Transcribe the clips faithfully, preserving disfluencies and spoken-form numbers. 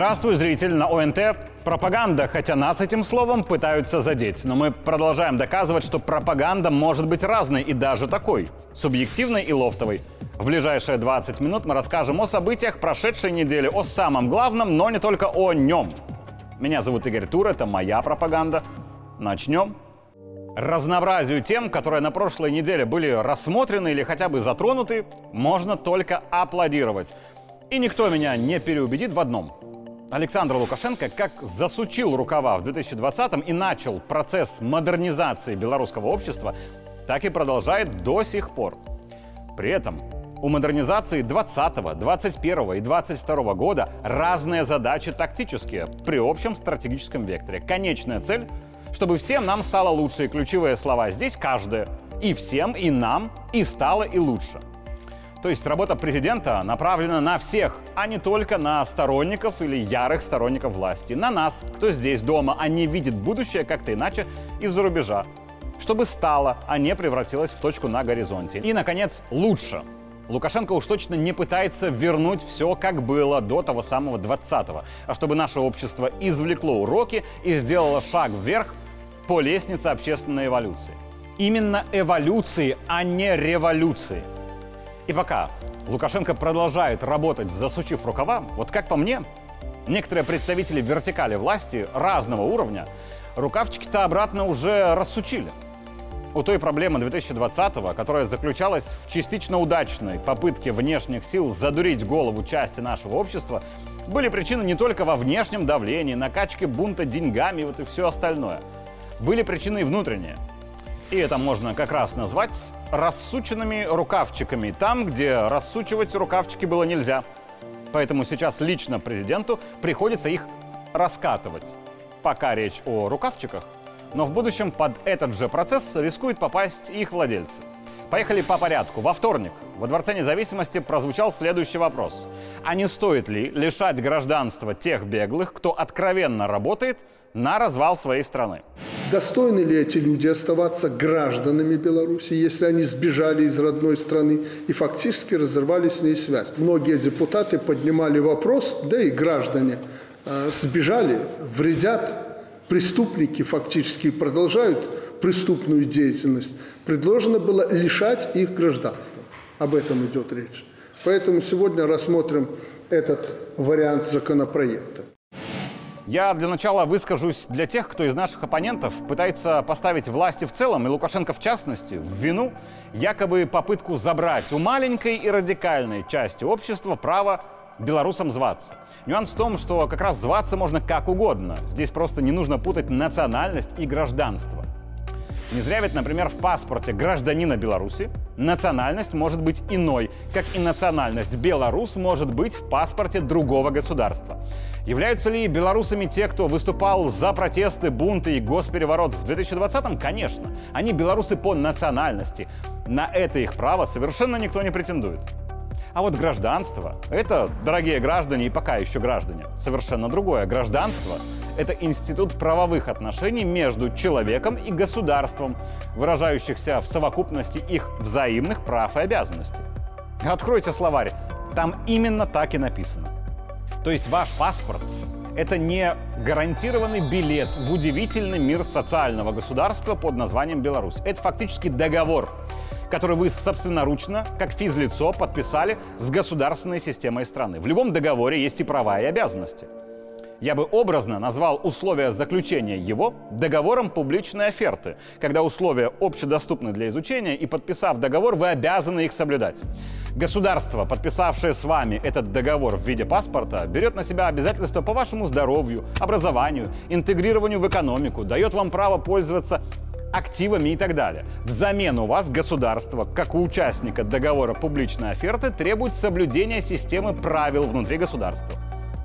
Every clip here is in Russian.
Здравствуй, зритель! На ОНТ пропаганда, хотя нас этим словом пытаются задеть. Но мы продолжаем доказывать, что пропаганда может быть разной и даже такой, субъективной и лофтовой. В ближайшие двадцать минут мы расскажем о событиях прошедшей недели, о самом главном, но не только о нем. Меня зовут Игорь Тур, это моя пропаганда. Начнем. Разнообразию тем, которые на прошлой неделе были рассмотрены или хотя бы затронуты, можно только аплодировать. И никто меня не переубедит в одном. Александр Лукашенко как засучил рукава в две тысячи двадцатом и начал процесс модернизации белорусского общества, так и продолжает до сих пор. При этом у модернизации двадцатого, двадцать первого и двадцать второго года разные задачи тактические при общем стратегическом векторе. Конечная цель, чтобы всем нам стало лучше. И ключевые слова здесь каждое. И всем, и нам, и стало, и лучше. То есть работа президента направлена на всех, а не только на сторонников или ярых сторонников власти. На нас, кто здесь дома, а не видит будущее как-то иначе из-за рубежа. Чтобы стало, а не превратилось в точку на горизонте. И, наконец, лучше. Лукашенко уж точно не пытается вернуть все, как было до того самого двадцатого, а чтобы наше общество извлекло уроки и сделало шаг вверх по лестнице общественной эволюции. Именно эволюции, а не революции. И пока Лукашенко продолжает работать, засучив рукава, вот как по мне, некоторые представители вертикали власти разного уровня рукавчики-то обратно уже рассучили. У той проблемы две тысячи двадцатого, которая заключалась в частично удачной попытке внешних сил задурить голову части нашего общества, были причины не только во внешнем давлении, накачке бунта деньгами, вот и все остальное. Были причины и внутренние. И это можно как раз назвать рассученными рукавчиками, там, где рассучивать рукавчики было нельзя. Поэтому сейчас лично президенту приходится их раскатывать. Пока речь о рукавчиках, но в будущем под этот же процесс рискуют попасть их владельцы. Поехали по порядку. Во вторник во Дворце независимости прозвучал следующий вопрос. А не стоит ли лишать гражданства тех беглых, кто откровенно работает на развал своей страны? Достойны ли эти люди оставаться гражданами Беларуси, если они сбежали из родной страны и фактически разорвали с ней связь? Многие депутаты поднимали вопрос, да и граждане э, сбежали, вредят, преступники фактически продолжают преступную деятельность. Предложено было лишать их гражданства. Об этом идет речь. Поэтому сегодня рассмотрим этот вариант законопроекта. Я для начала выскажусь для тех, кто из наших оппонентов пытается поставить власти в целом, и Лукашенко в частности, в вину якобы попытку забрать у маленькой и радикальной части общества право белорусам зваться. Нюанс в том, что как раз зваться можно как угодно. Здесь просто не нужно путать национальность и гражданство. Не зря ведь, например, в паспорте гражданина Беларуси национальность может быть иной, как и национальность белорус может быть в паспорте другого государства. Являются ли белорусами те, кто выступал за протесты, бунты и госпереворот в две тысячи двадцатом? Конечно. Они белорусы по национальности. На это их право совершенно никто не претендует. А вот гражданство – это, дорогие граждане и пока еще граждане, совершенно другое. Гражданство – это институт правовых отношений между человеком и государством, выражающихся в совокупности их взаимных прав и обязанностей. Откройте словарь, там именно так и написано. То есть ваш паспорт – это не гарантированный билет в удивительный мир социального государства под названием Беларусь. Это фактически договор, который вы собственноручно, как физлицо, подписали с государственной системой страны. В любом договоре есть и права, и обязанности. Я бы образно назвал условия заключения его договором публичной оферты, когда условия общедоступны для изучения, и, подписав договор, вы обязаны их соблюдать. Государство, подписавшее с вами этот договор в виде паспорта, берет на себя обязательства по вашему здоровью, образованию, интегрированию в экономику, дает вам право пользоваться активами и так далее. Взамен у вас государство, как у участника договора публичной оферты, требует соблюдения системы правил внутри государства.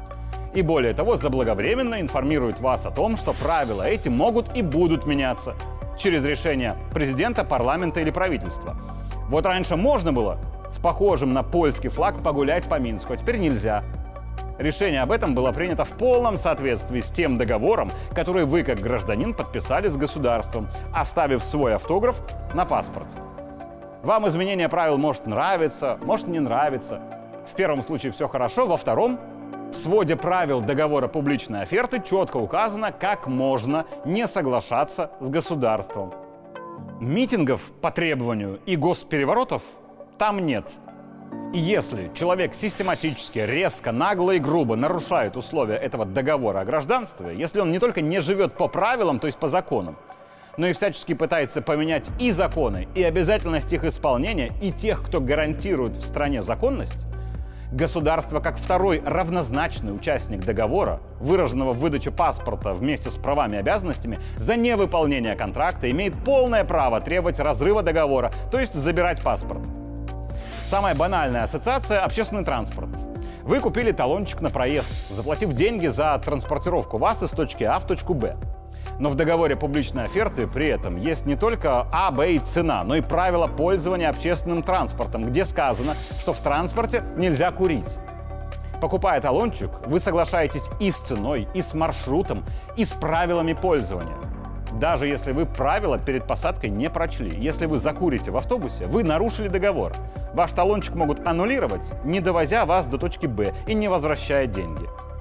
И более того, заблаговременно информирует вас о том, что правила эти могут и будут меняться через решение президента, парламента или правительства. Вот раньше можно было с похожим на польский флаг погулять по Минску, а теперь нельзя. Решение об этом было принято в полном соответствии с тем договором, который вы, как гражданин, подписали с государством, оставив свой автограф на паспорте. Вам изменение правил может нравиться, может не нравиться. В первом случае все хорошо, во втором В своде правил договора публичной оферты четко указано, как можно не соглашаться с государством. Митингов по требованию и госпереворотов там нет. И если человек систематически, резко, нагло и грубо нарушает условия этого договора о гражданстве, если он не только не живет по правилам, то есть по законам, но и всячески пытается поменять и законы, и обязательность их исполнения, и тех, кто гарантирует в стране законность, государство, как второй равнозначный участник договора, выраженного в выдаче паспорта вместе с правами и обязанностями, за невыполнение контракта имеет полное право требовать разрыва договора, то есть забирать паспорт. Самая банальная ассоциация – общественный транспорт. Вы купили талончик на проезд, заплатив деньги за транспортировку вас из точки А в точку Б. Но в договоре публичной оферты при этом есть не только А, Б и цена, но и правила пользования общественным транспортом, где сказано, что в транспорте нельзя курить. Покупая талончик, вы соглашаетесь и с ценой, и с маршрутом, и с правилами пользования. Даже если вы правила перед посадкой не прочли. Если вы закурите в автобусе, вы нарушили договор. Ваш талончик могут аннулировать, не довозя вас до точки Б и не возвращая деньги.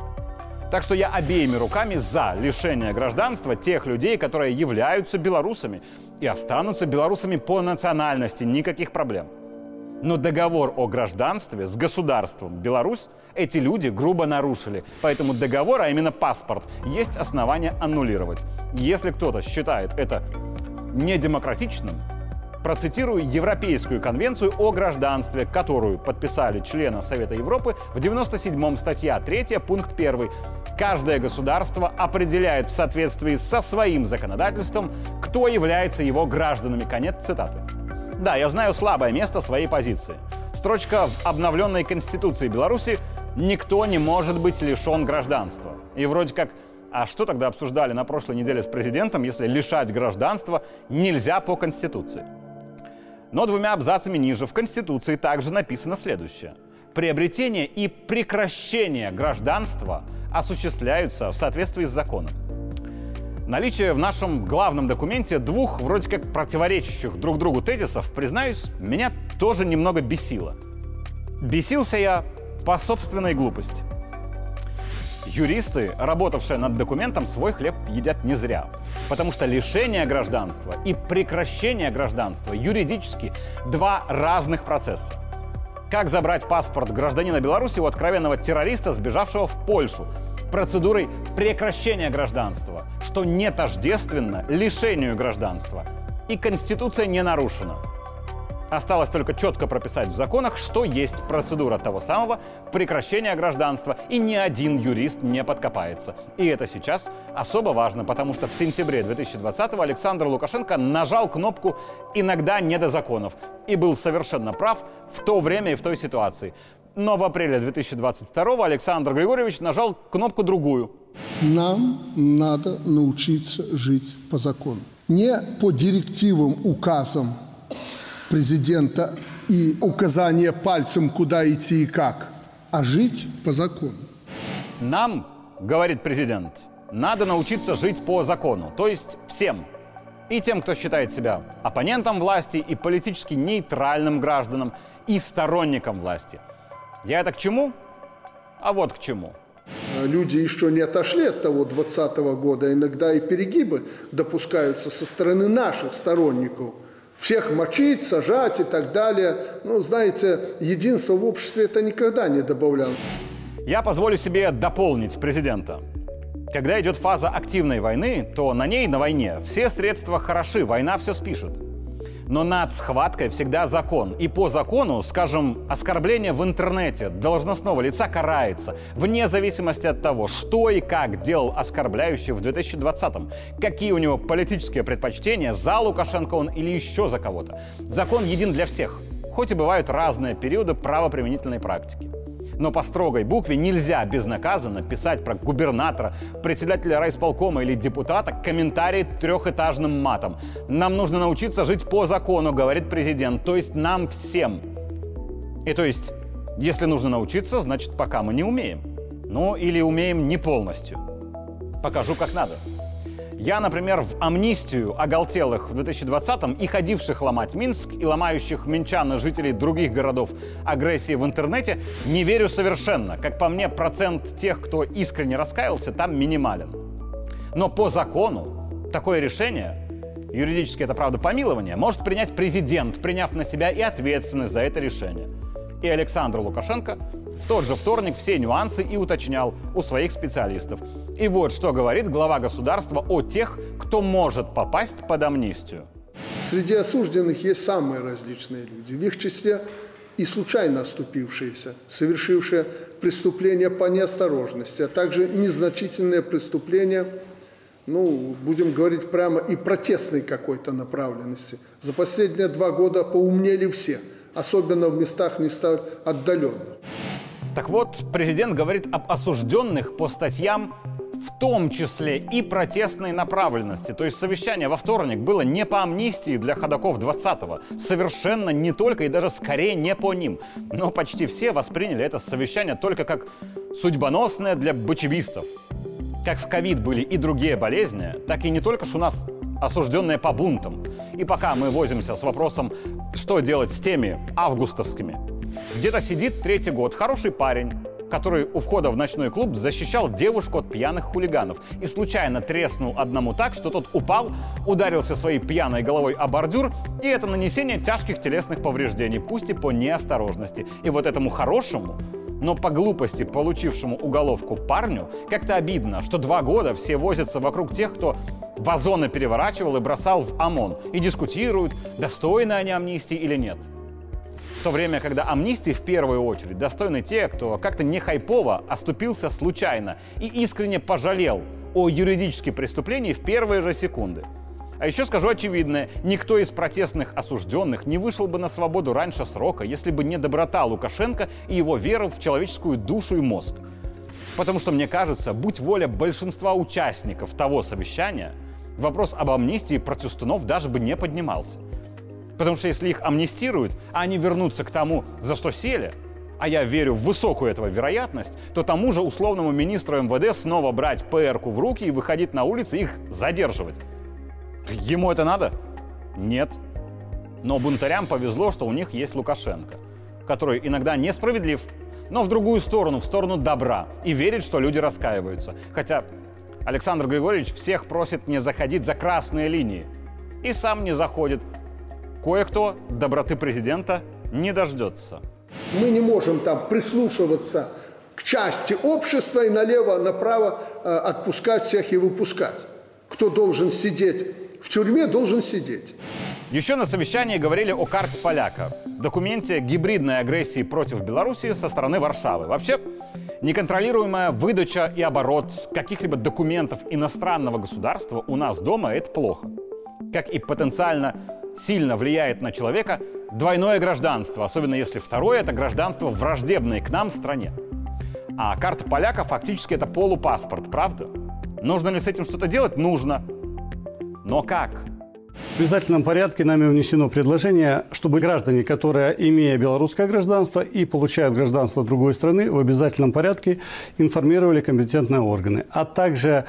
Так что я обеими руками за лишение гражданства тех людей, которые являются белорусами и останутся белорусами по национальности, никаких проблем. Но договор о гражданстве с государством Беларусь эти люди грубо нарушили. Поэтому договор, а именно паспорт, есть основания аннулировать. Если кто-то считает это недемократичным, процитирую Европейскую конвенцию о гражданстве, которую подписали члены Совета Европы в девяносто седьмом статья третья, пункт первый. Каждое государство определяет в соответствии со своим законодательством, кто является его гражданами. Конец цитаты. Да, я знаю слабое место своей позиции. Строчка в обновленной Конституции Беларуси «Никто не может быть лишен гражданства». И вроде как, а что тогда обсуждали на прошлой неделе с президентом, если лишать гражданства нельзя по Конституции? Но двумя абзацами ниже в Конституции также написано следующее. Приобретение и прекращение гражданства осуществляются в соответствии с законом. Наличие в нашем главном документе двух вроде как противоречащих друг другу тезисов, признаюсь, меня тоже немного бесило. Бесился я по собственной глупости. Юристы, работавшие над документом, свой хлеб едят не зря. Потому что лишение гражданства и прекращение гражданства юридически два разных процесса. Как забрать паспорт гражданина Беларуси у откровенного террориста, сбежавшего в Польшу, процедурой прекращения гражданства, что не тождественно лишению гражданства. И Конституция не нарушена. Осталось только четко прописать в законах, что есть процедура того самого прекращения гражданства, и ни один юрист не подкопается. И это сейчас особо важно, потому что в сентябре две тысячи двадцатого Александр Лукашенко нажал кнопку «Иногда не до законов» и был совершенно прав в то время и в той ситуации. Но в апреле две тысячи двадцать второго Александр Григорьевич нажал кнопку другую. Нам надо научиться жить по закону. Не по директивам, указам президента и указания пальцем, куда идти и как, а жить по закону. Нам, говорит президент, надо научиться жить по закону, то есть всем. И тем, кто считает себя оппонентом власти, и политически нейтральным гражданам, и сторонником власти. Я это к чему? А вот к чему. Люди еще не отошли от того двадцатого года, иногда и перегибы допускаются со стороны наших сторонников. Всех мочить, сажать и так далее. Ну, знаете, единство в обществе это никогда не добавлялось. Я позволю себе дополнить президента. Когда идет фаза активной войны, то на ней, на войне, все средства хороши, война все спишет. Но над схваткой всегда закон. И по закону, скажем, оскорбление в интернете должностного лица карается, вне зависимости от того, что и как делал оскорбляющий в две тысячи двадцатом, какие у него политические предпочтения, за Лукашенко он или еще за кого-то. Закон един для всех, хоть и бывают разные периоды правоприменительной практики. Но по строгой букве нельзя безнаказанно писать про губернатора, председателя райисполкома или депутата комментарии трехэтажным матом. Нам нужно научиться жить по закону, говорит президент, то есть нам всем. И то есть, если нужно научиться, значит, пока мы не умеем. Ну, или умеем не полностью. Покажу, как надо. Я, например, в амнистию оголтелых в две тысячи двадцатом и ходивших ломать Минск, и ломающих минчан и жителей других городов агрессии в интернете не верю совершенно. Как по мне, процент тех, кто искренне раскаялся, там минимален. Но по закону такое решение, юридически это, правда, помилование, может принять президент, приняв на себя и ответственность за это решение. И Александр Лукашенко в тот же вторник все нюансы и уточнял у своих специалистов. И вот что говорит глава государства о тех, кто может попасть под амнистию. Среди осужденных есть самые различные люди. В их числе и случайно оступившиеся, совершившие преступления по неосторожности, а также незначительные преступления, ну, будем говорить прямо, и протестной какой-то направленности. За последние два года поумнели все, особенно в местах не столь отдаленных. Так вот, президент говорит об осужденных по статьям, в том числе и протестной направленности. То есть совещание во вторник было не по амнистии для ходоков двадцатого. Совершенно не только и даже скорее не по ним. Но почти все восприняли это совещание только как судьбоносное для бочевистов. Как в ковид были и другие болезни, так и не только что у нас осужденные по бунтам. И пока мы возимся с вопросом, что делать с теми августовскими, где-то сидит третий год хороший парень, который у входа в ночной клуб защищал девушку от пьяных хулиганов и случайно треснул одному так, что тот упал, ударился своей пьяной головой о бордюр, и это нанесение тяжких телесных повреждений, пусть и по неосторожности. И вот этому хорошему, но по глупости получившему уголовку парню как-то обидно, что два года все возятся вокруг тех, кто вазоны переворачивал и бросал в ОМОН, и дискутируют, достойны они амнистии или нет. В то время, когда амнистии в первую очередь достойны те, кто как-то не хайпово оступился случайно и искренне пожалел о юридических преступлениях в первые же секунды. А еще скажу очевидное, никто из протестных осужденных не вышел бы на свободу раньше срока, если бы не доброта Лукашенко и его вера в человеческую душу и мозг. Потому что, мне кажется, будь воля большинства участников того совещания, вопрос об амнистии протестунов даже бы не поднимался. Потому что если их амнистируют, а они вернутся к тому, за что сели, а я верю в высокую этого вероятность, то тому же условному министру эм вэ дэ снова брать пэ эрку в руки и выходить на улицы и их задерживать. Ему это надо? Нет. Но бунтарям повезло, что у них есть Лукашенко, который иногда несправедлив, но в другую сторону, в сторону добра, и верит, что люди раскаиваются. Хотя Александр Григорьевич всех просит не заходить за красные линии. И сам не заходит. Кое-кто доброты президента не дождется. Мы не можем там прислушиваться к части общества и налево-направо э, отпускать всех и выпускать. Кто должен сидеть в тюрьме, должен сидеть. Еще на совещании говорили о карте поляка, документе гибридной агрессии против Беларуси со стороны Варшавы. Вообще, неконтролируемая выдача и оборот каких-либо документов иностранного государства у нас дома – это плохо. Как и потенциально сильно влияет на человека двойное гражданство, особенно если второе – это гражданство враждебной к нам стране. А карта поляка фактически это полупаспорт, правда? Нужно ли с этим что-то делать? Нужно. Но как? В обязательном порядке нами внесено предложение, чтобы граждане, которые, имея белорусское гражданство и получают гражданство другой страны, в обязательном порядке информировали компетентные органы. А также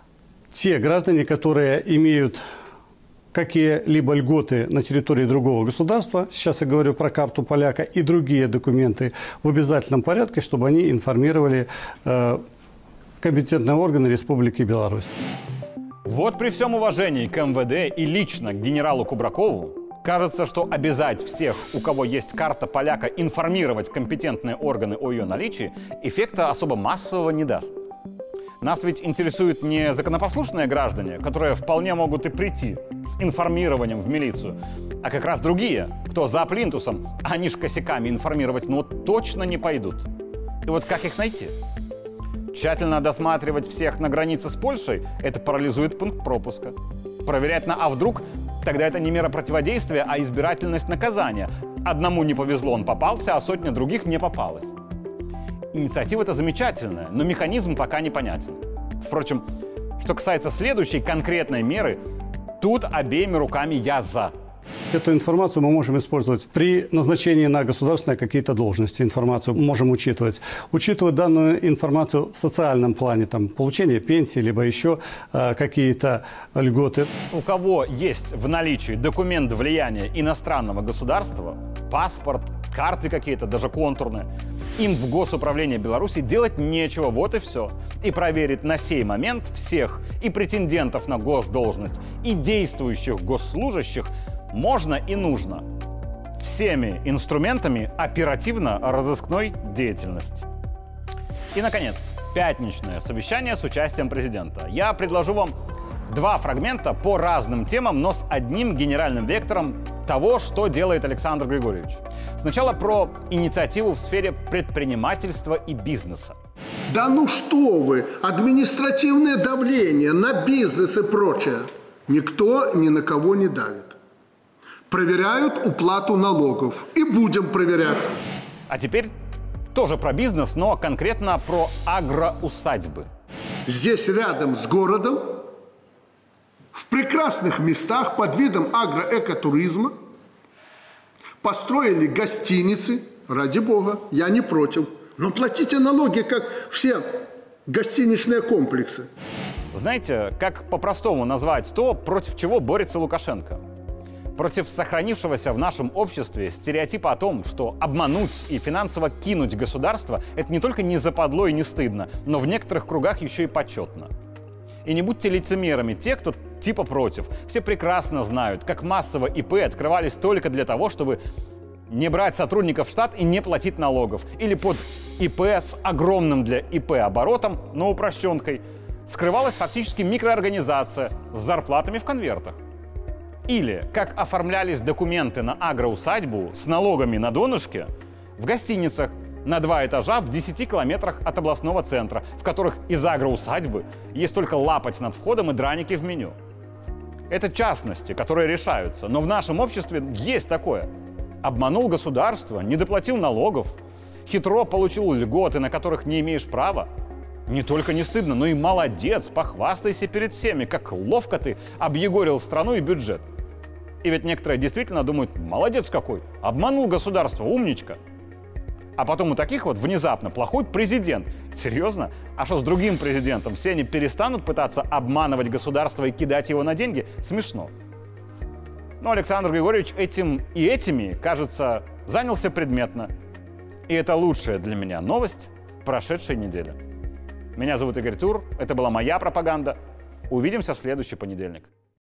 те граждане, которые имеют какие-либо льготы на территории другого государства, сейчас я говорю про карту поляка, и другие документы в обязательном порядке, чтобы они информировали э, компетентные органы Республики Беларусь. Вот при всем уважении к эм вэ дэ и лично к генералу Кубракову, кажется, что обязать всех, у кого есть карта поляка, информировать компетентные органы о ее наличии, эффекта особо массового не даст. Нас ведь интересуют не законопослушные граждане, которые вполне могут и прийти с информированием в милицию, а как раз другие, кто за плинтусом, а они ж косяками информировать, ну вот точно не пойдут. И вот как их найти? Тщательно досматривать всех на границе с Польшей – это парализует пункт пропуска. Проверять на «а вдруг» – тогда это не мера противодействия, а избирательность наказания. Одному не повезло, он попался, а сотня других не попалась. Инициатива-то замечательная, но механизм пока непонятен. Впрочем, что касается следующей конкретной меры, тут обеими руками я за. Эту информацию мы можем использовать при назначении на государственные какие-то должности. Информацию можем учитывать. Учитывать данную информацию в социальном плане, там, получение пенсии, либо еще э, какие-то льготы. У кого есть в наличии документ влияния иностранного государства, паспорт, карты какие-то, даже контурные, им в Госуправлении Беларуси делать нечего, вот и все. И проверить на сей момент всех и претендентов на госдолжность, и действующих госслужащих можно и нужно всеми инструментами оперативно-розыскной деятельности. И, наконец, пятничное совещание с участием президента. Я предложу вам два фрагмента по разным темам, но с одним генеральным вектором того, что делает Александр Григорьевич. Сначала про инициативу в сфере предпринимательства и бизнеса. Да ну что вы, административное давление на бизнес и прочее. Никто ни на кого не давит. Проверяют уплату налогов. И будем проверять. А теперь тоже про бизнес, но конкретно про агроусадьбы. Здесь рядом с городом, в прекрасных местах под видом агроэкотуризма построили гостиницы. Ради бога, я не против. Но платите налоги, как все гостиничные комплексы. Знаете, как по-простому назвать то, против чего борется Лукашенко? Против сохранившегося в нашем обществе стереотипа о том, что обмануть и финансово кинуть государство – это не только не западло и не стыдно, но в некоторых кругах еще и почетно. И не будьте лицемерами те, кто типа против. Все прекрасно знают, как массово ИП открывались только для того, чтобы не брать сотрудников в штат и не платить налогов. Или под ИП с огромным для ИП оборотом, но упрощенкой, скрывалась фактически микроорганизация с зарплатами в конвертах. Или как оформлялись документы на агроусадьбу с налогами на донышке в гостиницах на два этажа в десяти километрах от областного центра, в которых из агроусадьбы есть только лапоть над входом и драники в меню. Это частности, которые решаются, но в нашем обществе есть такое. Обманул государство, не доплатил налогов, хитро получил льготы, на которых не имеешь права. Не только не стыдно, но и молодец, похвастайся перед всеми, как ловко ты объегорил страну и бюджет. И ведь некоторые действительно думают, молодец какой, обманул государство, умничка. А потом у таких вот внезапно плохой президент. Серьезно? А что с другим президентом? Все они перестанут пытаться обманывать государство и кидать его на деньги? Смешно. Но Александр Григорьевич этим и этими, кажется, занялся предметно. И это лучшая для меня новость прошедшей недели. Меня зовут Игорь Тур, это была моя пропаганда. Увидимся в следующий понедельник.